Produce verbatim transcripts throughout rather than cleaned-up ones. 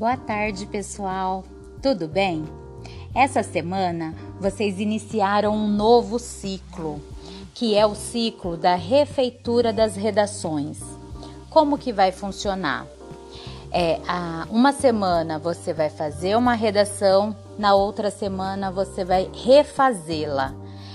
Boa tarde, pessoal. Tudo bem? Essa semana vocês iniciaram um novo ciclo, que é o ciclo da refeitura das redações. Como que vai funcionar? É, a, uma semana você vai fazer uma redação, na outra semana você vai refazê-la.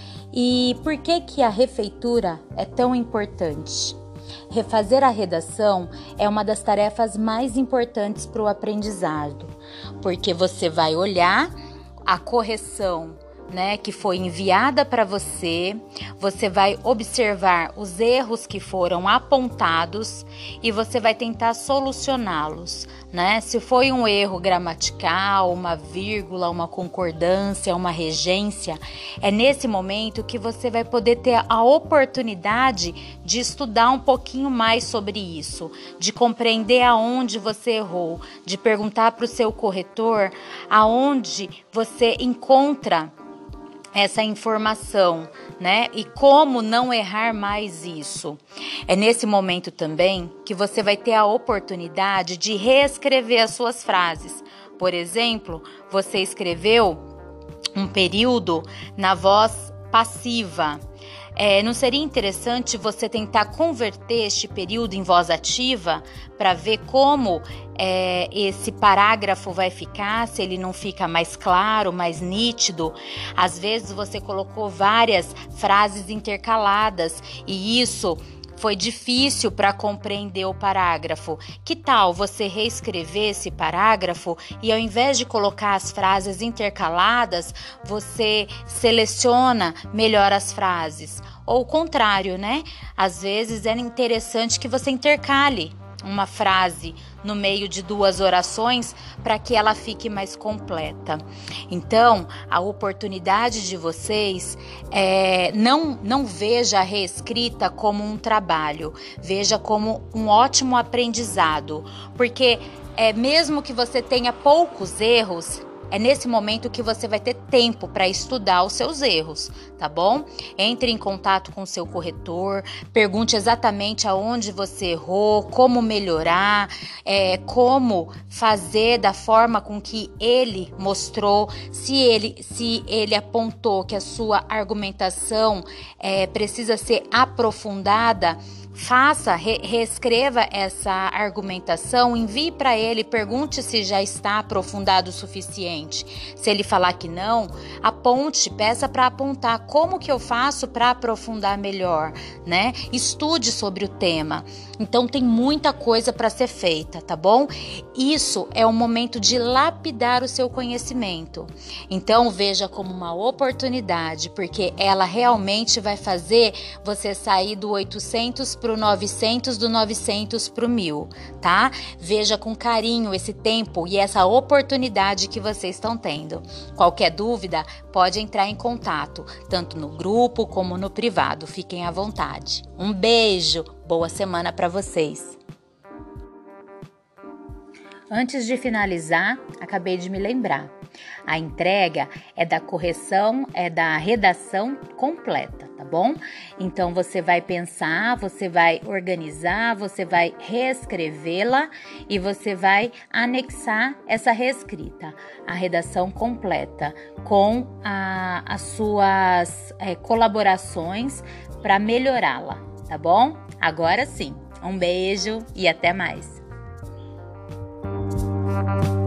E por que que a refeitura é tão importante? Refazer a redação é uma das tarefas mais importantes para o aprendizado, porque você vai olhar a correção, né, que foi enviada para você, você vai observar os erros que foram apontados e você vai tentar solucioná-los, né? Se foi um erro gramatical, uma vírgula, uma concordância, uma regência, é nesse momento que você vai poder ter a oportunidade de estudar um pouquinho mais sobre isso, de compreender aonde você errou, de perguntar para o seu corretor aonde você encontra essa informação, né? E como não errar mais isso. É nesse momento também que você vai ter a oportunidade de reescrever as suas frases. Por exemplo, você escreveu um período na voz passiva. É, não seria interessante você tentar converter este período em voz ativa para ver como é, esse parágrafo vai ficar, se ele não fica mais claro, mais nítido? Às vezes você colocou várias frases intercaladas e isso foi difícil para compreender o parágrafo. Que tal você reescrever esse parágrafo e ao invés de colocar as frases intercaladas, você seleciona melhor as frases? Ou o contrário, né? Às vezes é interessante que você intercale uma frase no meio de duas orações para que ela fique mais completa. Então, a oportunidade de vocês é não, não veja a reescrita como um trabalho, veja como um ótimo aprendizado, porque é, mesmo que você tenha poucos erros, é nesse momento que você vai ter tempo para estudar os seus erros, tá bom? Entre em contato com o seu corretor, pergunte exatamente aonde você errou, como melhorar, é, como fazer da forma com que ele mostrou, se ele, se ele apontou que a sua argumentação é, precisa ser aprofundada. Faça, re- reescreva essa argumentação, envie para ele, pergunte se já está aprofundado o suficiente. Se ele falar que não, aponte, peça para apontar como que eu faço para aprofundar melhor, né? Estude sobre o tema. Então tem muita coisa para ser feita, tá bom? Isso é o momento de lapidar o seu conhecimento. Então veja como uma oportunidade, porque ela realmente vai fazer você sair do oitocentos para o novecentos, do novecentos para o mil, tá? Veja com carinho esse tempo e essa oportunidade que vocês estão tendo. Qualquer dúvida, pode entrar em contato, tanto no grupo como no privado. Fiquem à vontade. Um beijo, boa semana para vocês. Antes de finalizar, acabei de me lembrar. A entrega é da correção, é da redação completa, tá bom? Então você vai pensar, você vai organizar, você vai reescrevê-la e você vai anexar essa reescrita, a redação completa, com a, as suas é, colaborações para melhorá-la, tá bom? Agora sim, um beijo e até mais.